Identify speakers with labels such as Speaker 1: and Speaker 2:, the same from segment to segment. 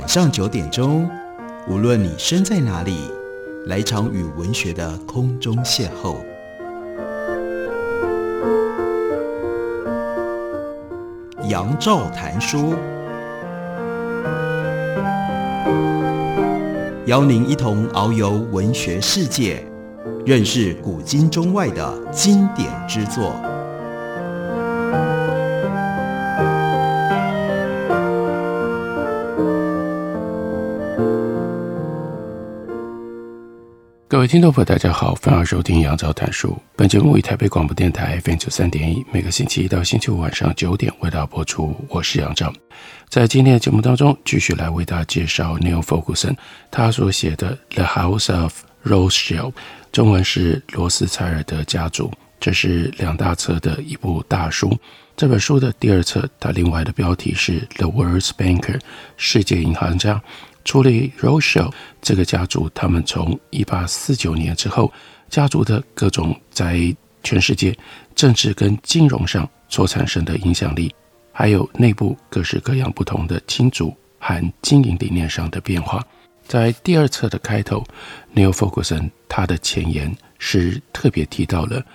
Speaker 1: 晚上9点钟，无论你身在哪里，来一场与文学的空中邂逅。杨照谈书，邀您一同遨游文学世界，认识古今中外的经典之作。
Speaker 2: 各位听众朋友大家好，欢迎收听杨照谈书。本节目以台北广播电台 FM93.1 每个星期一到星期五晚上9点为大家播出，我是杨照。在今天的节目当中，继续来为大家介绍 Neil Ferguson 他所写的 The House of Rothschild， 中文是罗斯柴尔德家族，这是2大册的一部大书。这本书的第2册，它另外的标题是 The World's Banker， 世界银行家。除了 Rothschild 这个家族，他们从1849年之后，家族的各种在全世界政治跟金融上所产生的影响力，还有内部各式各样不同的亲族和经营理念上的变化。在第2册的开头， Neil Ferguson 他的前言是特别提到了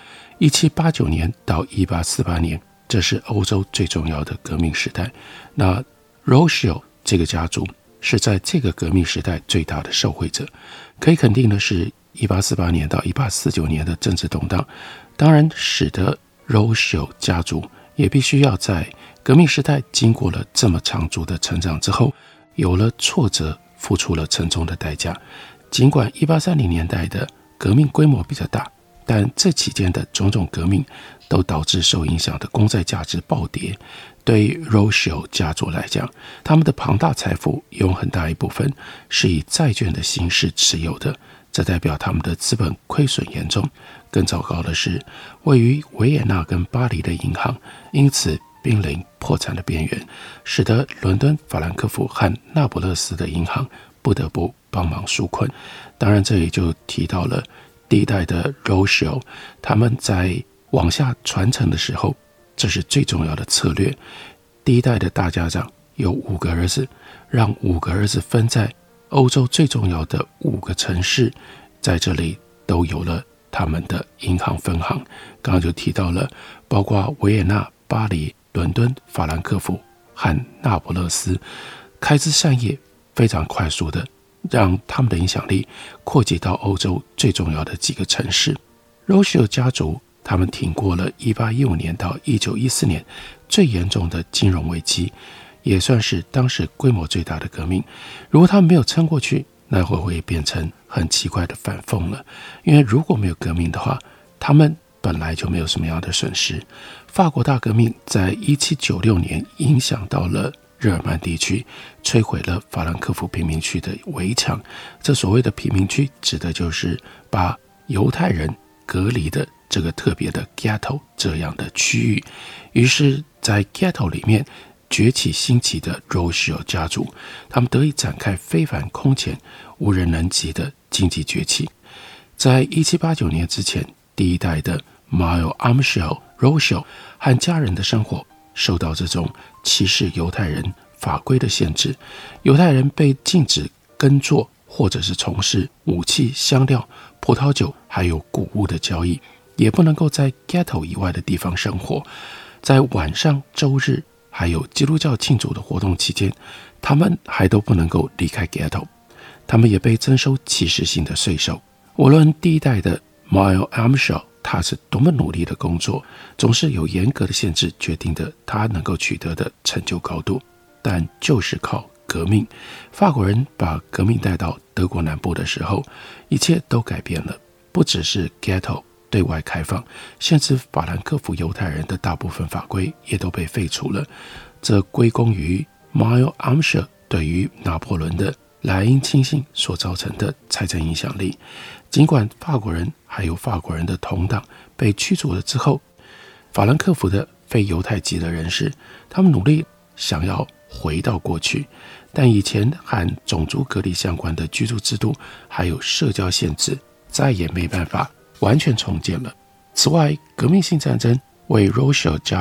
Speaker 2: 1789年到1848年，这是欧洲最重要的革命时代。那 Rothschild 这个家族是在这个革命时代最大的受惠者。可以肯定的是，1848年到1849年的政治动荡，当然使得 Rothschild 家族也必须要在革命时代经过了这么长足的成长之后，有了挫折，付出了沉重的代价。尽管1830年代的革命规模比较大，但这期间的种种革命都导致受影响的公债价值暴跌。对 Rothschild 家族来讲，他们的庞大财富有很大一部分是以债券的形式持有的，这代表他们的资本亏损严重。更糟糕的是，位于维也纳跟巴黎的银行因此濒临破产的边缘，使得伦敦、法兰克福和那不勒斯的银行不得不帮忙纾困。当然，这也就提到了第一代的 Rothschild， 他们在往下传承的时候，这是最重要的策略。第一代的大家长有5个儿子，让5个儿子分在欧洲最重要的5个城市，在这里都有了他们的银行分行。刚刚就提到了，包括维也纳、巴黎、伦敦、法兰克福和那不勒斯，开枝散叶，非常快速的让他们的影响力扩及到欧洲最重要的几个城市。Rothschild 家族他们挺过了1815年到1914年最严重的金融危机，也算是当时规模最大的革命。如果他们没有撑过去，那会变成很奇怪的反讽了。因为如果没有革命的话，他们本来就没有什么样的损失。法国大革命在1796年影响到了日耳曼地区，摧毁了法兰克福贫民区的围墙。这所谓的贫民区指的就是把犹太人隔离的这个特别的 ghetto 这样的区域。于是在 ghetto 里面崛起兴起的 Rothschild 家族，他们得以展开非凡空前无人能及的经济崛起。在1789年之前，第一代的 Miles Armstrong Rothschild 和家人的生活受到这种歧视犹太人法规的限制，犹太人被禁止耕作或者是从事武器、香料、葡萄酒还有谷物的交易，也不能够在 ghetto 以外的地方生活。在晚上、周日还有基督教庆祝的活动期间，他们还都不能够离开 ghetto。 他们也被征收歧视性的税收。无论第一代的 Miles Armstrong 他是多么努力的工作，总是有严格的限制决定的他能够取得的成就高度。但就是靠革命，法国人把革命带到德国南部的时候，一切都改变了。不只是 ghetto 对外开放，限制法兰克福犹太人的大部分法规也都被废除了。这归功于 Miles Armstrong 对于拿破仑的莱茵亲信所造成的财政影响力。尽管法国人还有法国人的同党被驱逐了之后，法兰克福的非犹太籍的人士，他们努力想要回到过去，但以前和种族隔离相关的居住制度还有社交限制再也没办法完全重建了。此外，革命性战争为 Rothschild 家族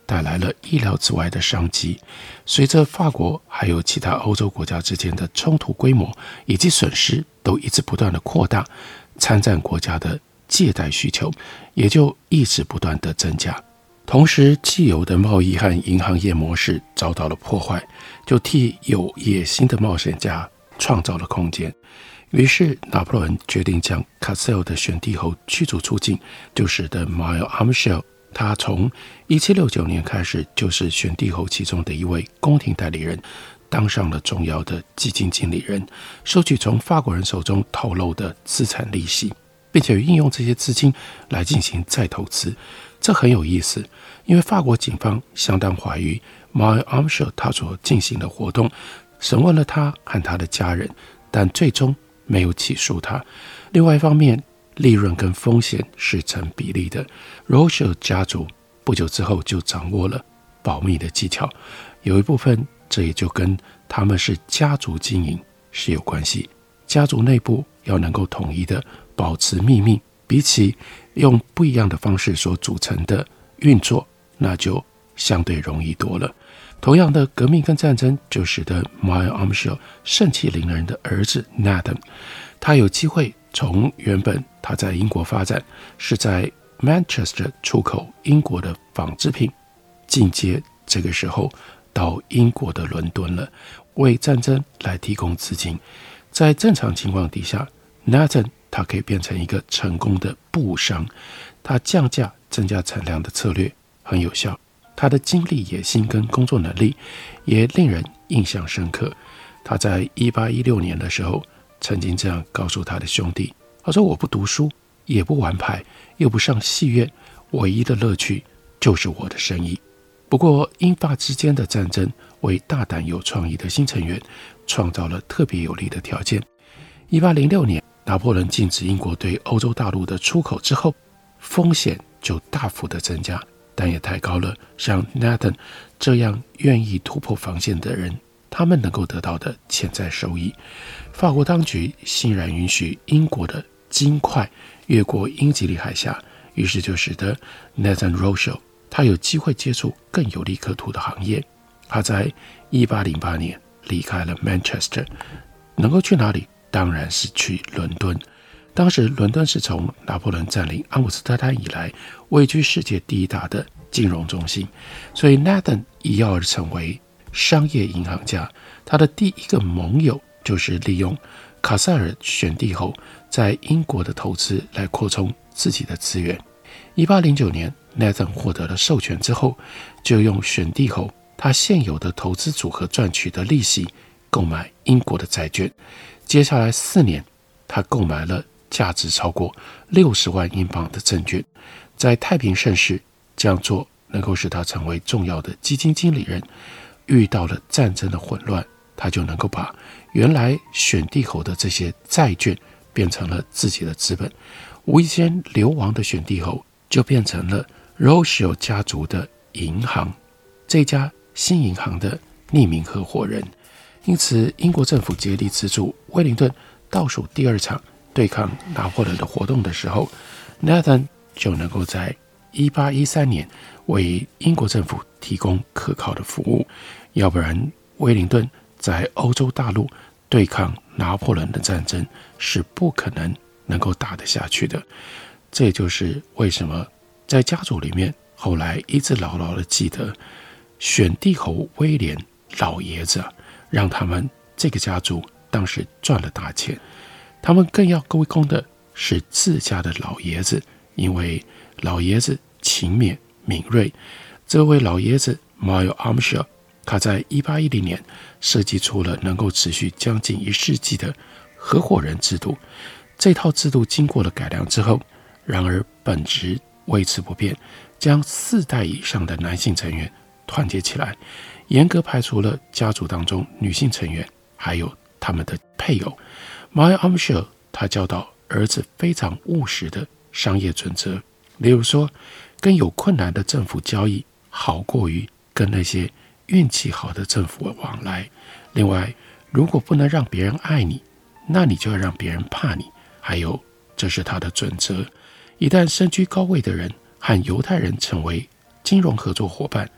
Speaker 2: 带来了意料之外的商机。随着法国还有其他欧洲国家之间的冲突规模以及损失都一直不断的扩大，参战国家的借贷需求也就一直不断的增加。同时，既有的贸易和银行业模式遭到了破坏，就替有野心的冒险家创造了空间。于是拿破仑决定将卡塞尔的选帝侯驱逐出境，就使得 Maille Amschel 他从1769年开始就是选帝侯其中的一位宫廷代理人，当上了重要的基金经理人，收取从法国人手中透露的资产利息，并且运用这些资金来进行再投资。这很有意思，因为法国警方相当怀疑 Maille Amschel 他所进行的活动，审问了他和他的家人，但最终没有起诉他。另外一方面，利润跟风险是成比例的。Rothschild 家族不久之后就掌握了保密的技巧，有一部分这也就跟他们是家族经营是有关系。家族内部要能够统一的保持秘密，比起用不一样的方式所组成的运作，那就相对容易多了。同样的，革命跟战争就使得 Maille Amschel 盛气凌人的儿子 Nathan， 他有机会从原本他在英国发展，是在 Manchester 出口英国的纺织品，进阶这个时候到英国的伦敦了，为战争来提供资金。在正常情况底下， Nathan 他可以变成一个成功的布商，他降价增加产量的策略很有效，他的精力、野心跟工作能力也令人印象深刻。他在1816年的时候曾经这样告诉他的兄弟，他说：我不读书，也不玩牌，又不上戏院，唯一的乐趣就是我的生意。不过英法之间的战争为大胆有创意的新成员创造了特别有利的条件。1806年拿破仑禁止英国对欧洲大陆的出口之后，风险就大幅的增加，但也抬高了像 Nathan 这样愿意突破防线的人他们能够得到的潜在收益。法国当局欣然允许英国的金块越过英吉利海峡，于是就使得 Nathan Rothschild 他有机会接触更有利可图的行业。他在1808年离开了 Manchester， 能够去哪里？当然是去伦敦。当时伦敦是从拿破仑占领阿姆斯特丹以来位居世界第一大的金融中心，所以 Nathan 一跃而成为商业银行家。他的第一个盟友就是利用卡塞尔选帝侯在英国的投资来扩充自己的资源。1809年 Nathan 获得了授权之后，就用选帝侯他现有的投资组合赚取的利息购买英国的债券。接下来4年，他购买了价值超过60万英镑的证券。在太平盛世，这样做能够使他成为重要的基金经理人。遇到了战争的混乱，他就能够把原来选帝侯的这些债券变成了自己的资本。无意间流亡的选帝侯就变成了 Rothschild 家族的银行，这家新银行的匿名合伙人。因此英国政府竭力资助威灵顿倒数第2场对抗拿破仑的活动的时候， Nathan 就能够在1813年为英国政府提供可靠的服务，要不然威灵顿在欧洲大陆对抗拿破仑的战争是不可能够打得下去的。这也就是为什么在家族里面后来一直牢牢的记得选帝侯威廉老爷子让他们这个家族当时赚了大钱。他们更要归功的是自家的老爷子，因为老爷子勤勉敏锐。这位老爷子 Maille Amschel 他在1810年设计出了能够持续将近1世纪的合伙人制度。这套制度经过了改良之后，然而本质维持不变，将4代以上的男性成员团结起来，严格排除了家族当中女性成员还有他们的配偶。Maille Amschel 他教导儿子非常务实的商业准则，例如说跟有困难的政府交易好过于跟那些运气好的政府往来。另外，如果不能让别人爱你，那你就要让别人怕你。还有，这是他的准则，一旦身居高位的人和犹太人成为金融合作伙伴，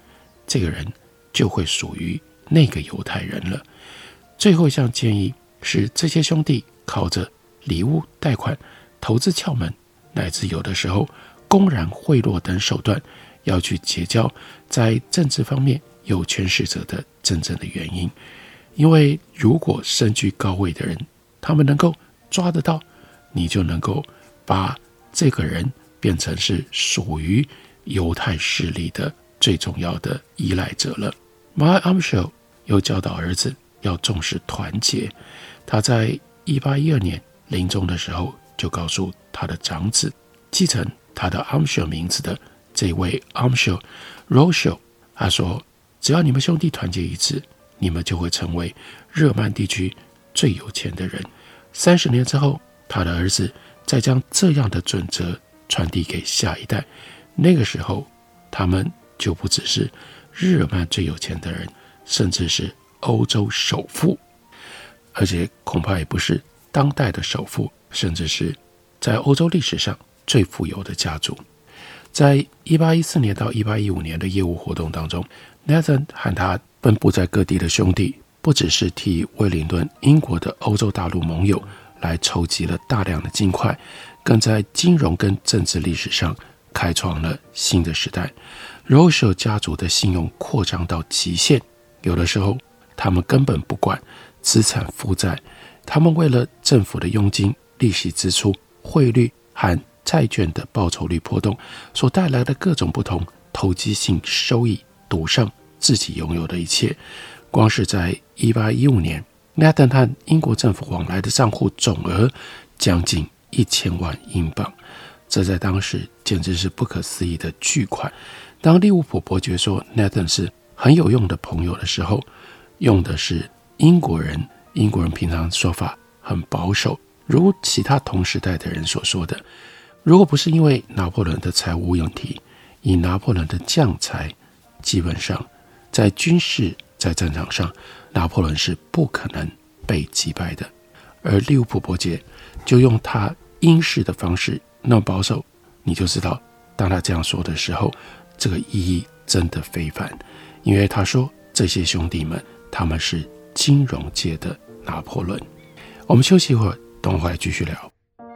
Speaker 2: 这个人就会属于那个犹太人了。最后一项建议是，这些兄弟靠着礼物、贷款、投资窍门，乃至有的时候公然贿赂等手段，要去结交在政治方面有权势者的真正的原因。因为如果身居高位的人，他们能够抓得到，你就能够把这个人变成是属于犹太势力的最重要的依赖者了。马尔 Amschel 又教导儿子要重视团结。他在1812年临终的时候，就告诉他的长子，继承他的 Amschel 名字的这位 Amschel Rothschild， 他说，只要你们兄弟团结一致，你们就会成为日耳曼地区最有钱的人。30年之后，他的儿子再将这样的准则传递给下一代，那个时候他们就不只是日耳曼最有钱的人，甚至是欧洲首富，而且恐怕也不是当代的首富，甚至是在欧洲历史上最富有的家族。在1814年到1815年的业务活动当中， Nathan 和他分布在各地的兄弟，不只是替威灵顿英国的欧洲大陆盟友来筹集了大量的金块，更在金融跟政治历史上开创了新的时代。Rothschild 家族的信用扩张到极限，有的时候他们根本不管资产负债，他们为了政府的佣金、利息支出、汇率和债券的报酬率波动所带来的各种不同投机性收益，赌上自己拥有的一切。光是在1815年 Nathan 和英国政府往来的账户总额将近1000万英镑，这在当时简直是不可思议的巨款。当利物浦伯爵说 Nathan 是很有用的朋友的时候，用的是英国人平常说法很保守，如其他同时代的人所说的，如果不是因为拿破仑的财务问题，以拿破仑的将才，基本上在军事在战场上，拿破仑是不可能被击败的。而利物浦伯爵就用他英式的方式那么保守，你就知道当他这样说的时候，这个意义真的非凡。因为他说这些兄弟们他们是金融界的拿破仑。我们休息一会儿，等会儿继续聊。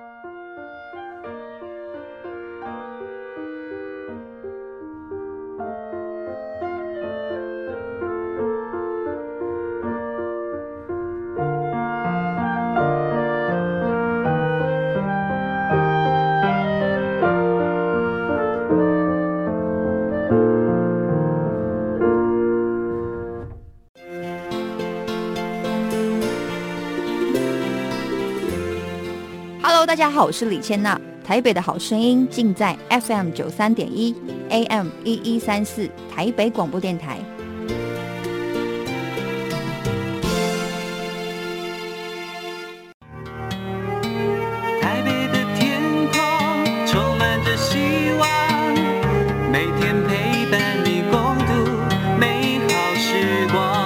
Speaker 3: 大家好，我是李千娜。台北的好声音尽在 FM 93.1 AM 1134台北广播电台。
Speaker 4: 台北的天空充满着希望，每天陪伴你共度美好时光。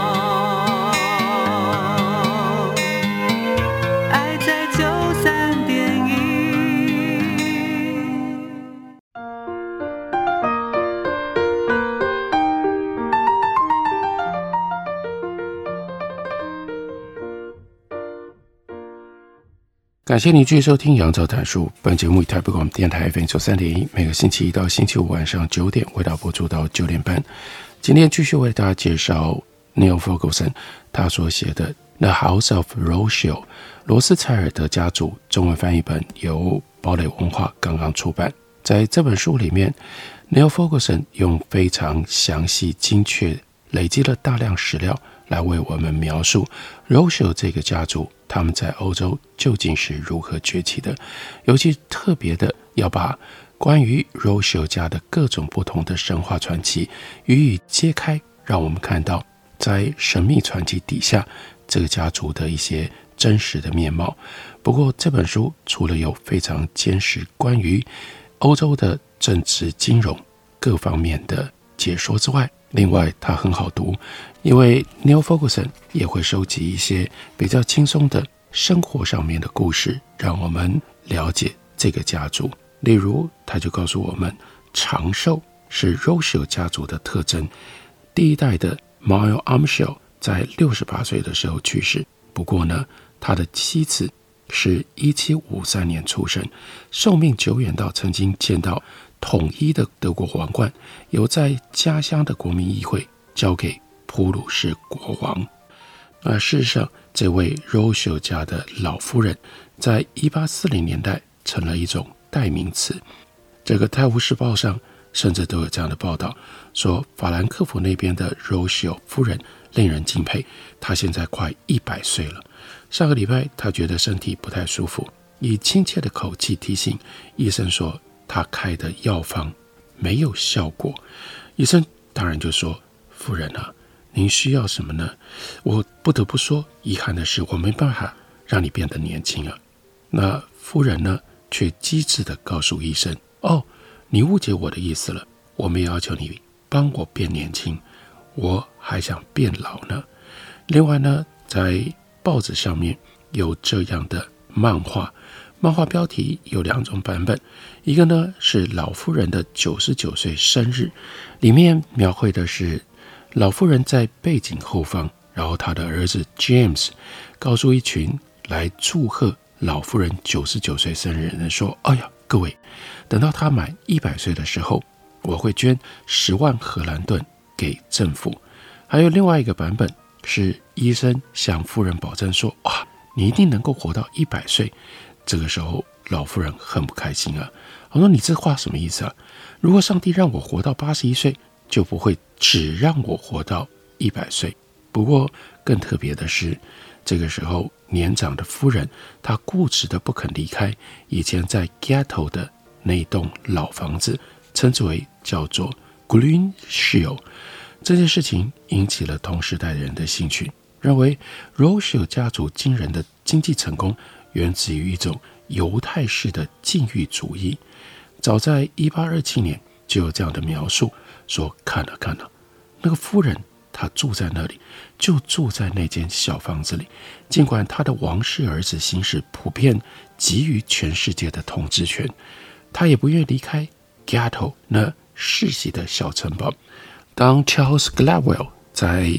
Speaker 2: 感谢你继续收听杨照谈书，本节目以台北广播电台 FM 93.1，每个星期一到星期五晚上9点为大家播出到9点半。今天继续为大家介绍 Neil Ferguson 他所写的 The House of Rothschild 罗斯柴尔德家族，中文翻译本由堡垒文化刚刚出版。在这本书里面， Neil Ferguson 用非常详细精确，累积了大量史料来为我们描述 Rothschild 这个家族他们在欧洲究竟是如何崛起的，尤其特别的要把关于 Rothschild 家的各种不同的神话传奇予以揭开，让我们看到在神秘传奇底下这个家族的一些真实的面貌。不过这本书除了有非常坚实关于欧洲的政治金融各方面的解说之外，另外它很好读，因为 Neil Ferguson 也会收集一些比较轻松的生活上面的故事，让我们了解这个家族。例如他就告诉我们，长寿是 Rothschild 家族的特征， 第一代的 Miles Armstrong 在68岁的时候去世。不过呢，他的妻子是1753年出生，寿命久远到曾经见到统一的德国皇冠由在家乡的国民议会交给普鲁士国王。事实上，这位 Rothschild 家的老夫人在1840年代成了一种代名词。这个《泰晤士报》上甚至都有这样的报道，说法兰克福那边的 Rothschild 夫人令人敬佩，她现在快100岁了。上个礼拜她觉得身体不太舒服，以亲切的口气提醒医生说她开的药方没有效果。医生当然就说，夫人啊，您需要什么呢？我不得不说，遗憾的是我没办法让你变得年轻啊。那夫人呢，却机智地告诉医生，你误解我的意思了，我没有要求你帮我变年轻，我还想变老呢。另外呢，在报纸上面有这样的漫画标题有2种版本，一个呢是老夫人的99岁生日，里面描绘的是老夫人在背景后方，然后她的儿子 James 告诉一群来祝贺老夫人99岁生日的人说，哎呀，各位，等到她满100岁的时候，我会捐10万荷兰盾给政府。还有另外一个版本是医生向夫人保证说，哇，你一定能够活到100岁。这个时候老夫人很不开心啊，我说你这话什么意思啊？如果上帝让我活到81岁，就不会只让我活到100岁。不过更特别的是，这个时候年长的夫人她固执的不肯离开以前在 Ghetto 的那栋老房子，称之为叫做 Green Shield。 这件事情引起了同时代的人的兴趣，认为 Rothschild 家族惊人的经济成功源自于一种犹太式的禁欲主义。早在1827年就有这样的描述，说看了，那个夫人她住在那里，就住在那间小房子里，尽管她的王室儿子行使普遍给予全世界的统治权，她也不愿离开 Ghetto 那世袭的小城堡。当 Charles Gladwell 在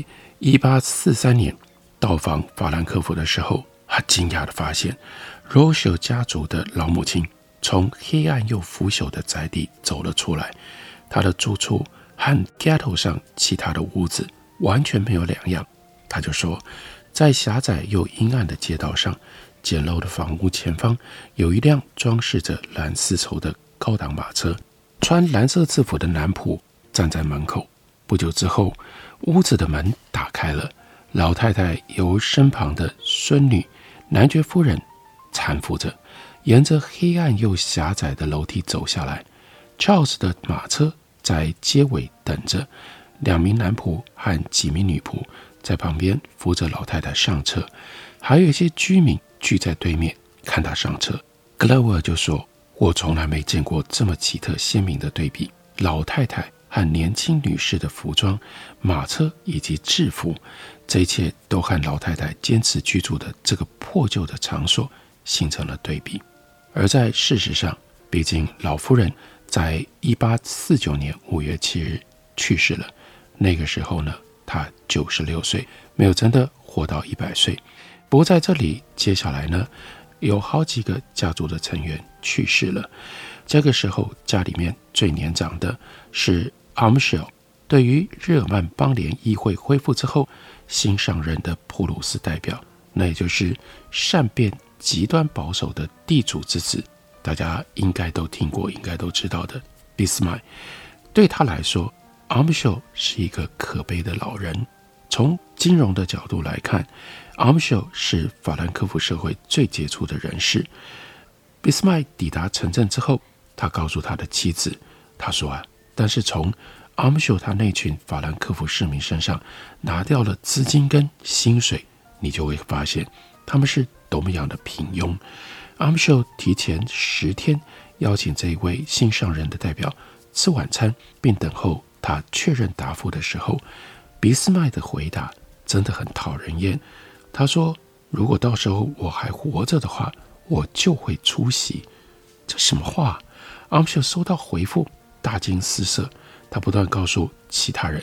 Speaker 2: 1843年到访法兰克福的时候，他惊讶地发现 Rothschild 家族的老母亲从黑暗又腐朽的宅地走了出来，他的住处和 Ghetto 上其他的屋子完全没有两样。他就说，在狭窄又阴暗的街道上，简陋的房屋前方有一辆装饰着蓝丝绸的高档马车，穿蓝色制服的男仆站在门口。不久之后，屋子的门打开了，老太太由身旁的孙女男爵夫人搀扶着，沿着黑暗又狭窄的楼梯走下来。 Charles 的马车在街尾等着，2名男仆和几名女仆在旁边扶着老太太上车，还有一些居民聚在对面看她上车。格勒维尔就说，我从来没见过这么奇特鲜明的对比，老太太和年轻女士的服装、马车以及制服，这一切都和老太太坚持居住的这个破旧的场所形成了对比。而在事实上，毕竟老夫人在1849年5月7日去世了，那个时候呢，她96岁，没有真的活到100岁。不过在这里，接下来呢，有好几个家族的成员去世了。这个时候，家里面最年长的是 Armstrong， 对于日耳曼邦联议会恢复之后新上任的普鲁士代表，那也就是善变极端保守的地主之子，大家应该都听过，应该都知道的 Bismarck。 对他来说， Armstrong 是一个可悲的老人。从金融的角度来看， Armstrong 是法兰克福社会最杰出的人士。 Bismarck 抵达城镇之后，他告诉他的妻子，他说但是从 Armstrong 他那群法兰克福市民身上拿掉了资金跟薪水，你就会发现他们是多么样的平庸。 Armstrong 提前10天邀请这一位新上任的代表吃晚餐，并等候他确认答复的时候，俾斯麦的回答真的很讨人厌。他说，如果到时候我还活着的话，我就会出席。这什么话？ Armstrong 收到回复大惊失色，他不断告诉其他人，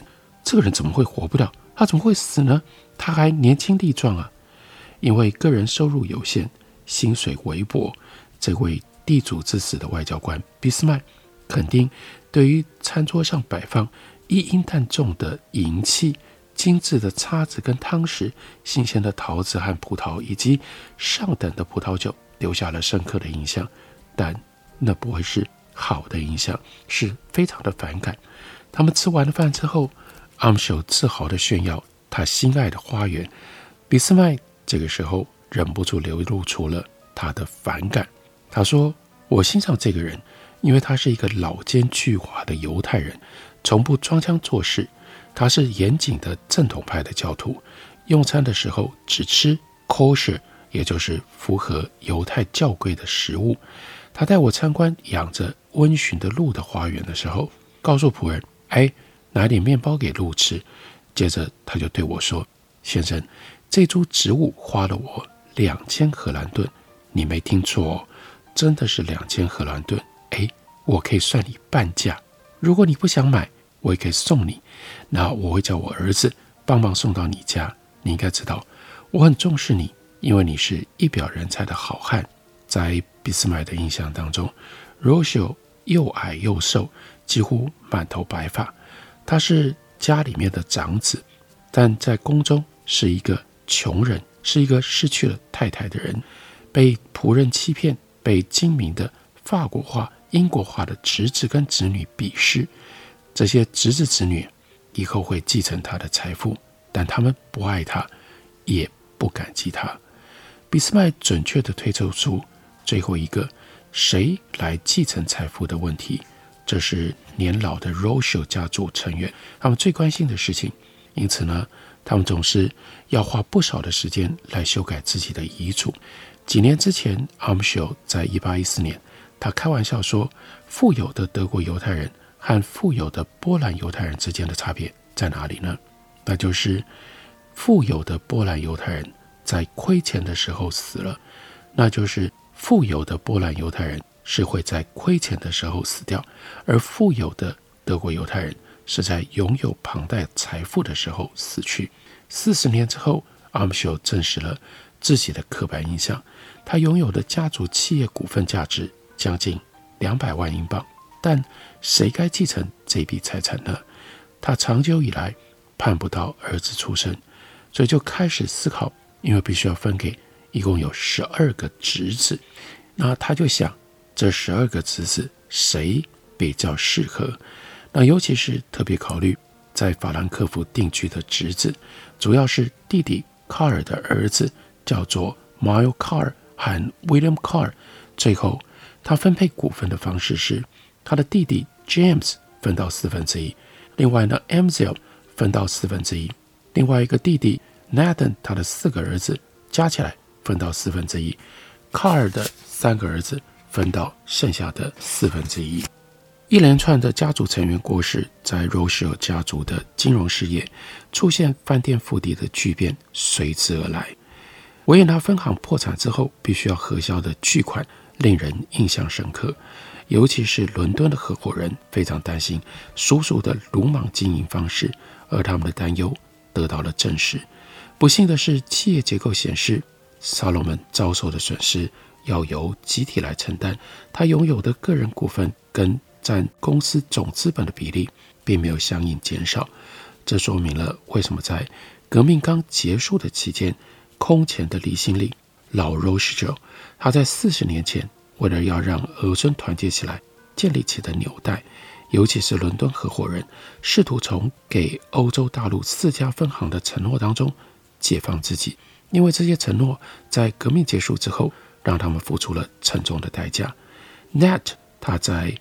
Speaker 2: 这个人怎么会活不到？他怎么会死呢？他还年轻力壮啊！因为个人收入有限，薪水微薄，这位地主之死的外交官俾斯麦肯定对于餐桌上摆放1英担重的银器、精致的叉子跟汤匙、新鲜的桃子和葡萄以及上等的葡萄酒留下了深刻的印象，但那不会是好的印象，是非常的反感。他们吃完了饭之后，阿姆修自豪地炫耀他心爱的花园，俾斯麦这个时候忍不住流露出了他的反感。他说，我欣赏这个人，因为他是一个老奸巨猾的犹太人，从不装腔作势，他是严谨的正统派的教徒，用餐的时候只吃 kosher， 也就是符合犹太教规的食物。他带我参观养着温驯的鹿的花园的时候，告诉仆人，拿点面包给鹿吃。接着他就对我说，先生，这株植物花了我2000荷兰盾，你没听错哦，真的是2000荷兰盾。我可以算你半价，如果你不想买，我也可以送你，那我会叫我儿子帮忙送到你家。你应该知道，我很重视你，因为你是一表人才的好汉。在俾斯麦的印象当中， Rothschild 又矮又瘦，几乎满头白发，他是家里面的长子，但在宫中是一个穷人，是一个失去了太太的人，被仆人欺骗，被精明的法国化、英国化的侄子跟侄女鄙视。这些侄子侄女以后会继承他的财富，但他们不爱他，也不感激他。俾斯麦准确地推测出最后一个谁来继承财富的问题，这是年老的 Rothschild 家族成员他们最关心的事情。因此呢，他们总是要花不少的时间来修改自己的遗嘱。几年之前， Amschel 在1814年，他开玩笑说，富有的德国犹太人和富有的波兰犹太人之间的差别在哪里呢？那就是富有的波兰犹太人在亏钱的时候死了，那就是富有的波兰犹太人是会在亏钱的时候死掉，而富有的德国犹太人是在拥有庞大财富的时候死去。40年之后，阿姆修证实了自己的刻板印象，他拥有的家族企业股份价值将近200万英镑，但谁该继承这笔财产呢？他长久以来盼不到儿子出生，所以就开始思考，因为必须要分给一共有12个侄子，那他就想这12个侄子谁比较适合，那尤其是特别考虑在法兰克福定居的侄子，主要是弟弟卡尔的儿子叫做 Miles Carr 和 William Carr。 最后他分配股份的方式是他的弟弟 James 分到1/4，另外呢 Amsel 分到1/4，另外一个弟弟 Nathan 他的4个儿子加起来分到1/4，卡尔的3个儿子分到剩下的1/4。一连串的家族成员过世，在 Rothschild 家族的金融事业出现翻天覆地的巨变随之而来。维也纳分行破产之后必须要核销的巨款令人印象深刻，尤其是伦敦的合伙人非常担心叔叔的鲁莽经营方式，而他们的担忧得到了证实。不幸的是，企业结构显示萨洛门遭受的损失要由集体来承担，他拥有的个人股份跟占公司总资本的比例并没有相应减少。这说明了为什么在革命刚结束的期间，空前的离心力老 Rothschild 他在40年前为了要让儿孙团结起来建立起的纽带，尤其是伦敦合伙人试图从给欧洲大陆4家分行的承诺当中解放自己，因为这些承诺在革命结束之后让他们付出了沉重的代价。 Nat 他在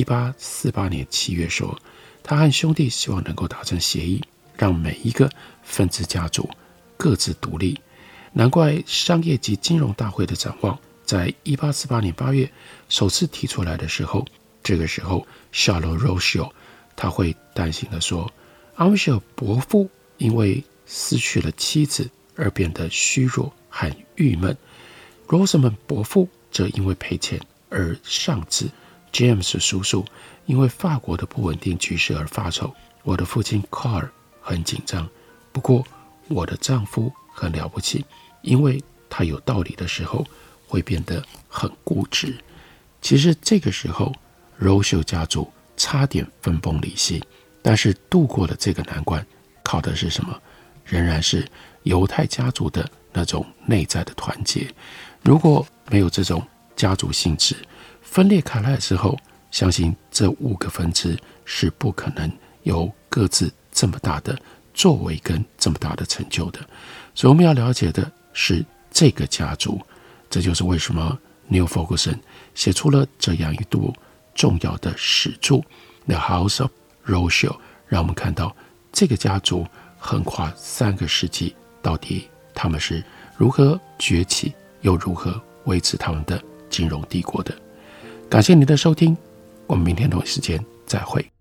Speaker 2: 1848年7月说，他和兄弟希望能够达成协议，让每一个分支家族各自独立。难怪商业及金融大会的展望在1848年8月首次提出来的时候，这个时候 Charles Rothschild 他会担心的说，阿姆舍伯父因为失去了妻子而变得虚弱和郁闷， Rosamond 伯父则因为赔钱而丧志， James 叔叔因为法国的不稳定局势而发愁，我的父亲 Carl 很紧张，不过我的丈夫很了不起，因为他有道理的时候会变得很固执。其实这个时候Rothschild家族差点分崩离析，但是度过了这个难关，靠的是什么？仍然是犹太家族的那种内在的团结。如果没有这种家族性质，分裂开来之后，相信这5个分支是不可能有各自这么大的作为跟这么大的成就的。所以我们要了解的是这个家族，这就是为什么 Neil Ferguson 写出了这样一部重要的史著 The House of Rothschild， 让我们看到这个家族横跨3个世纪，到底他们是如何崛起，又如何维持他们的金融帝国的。感谢您的收听，我们明天同一时间再会。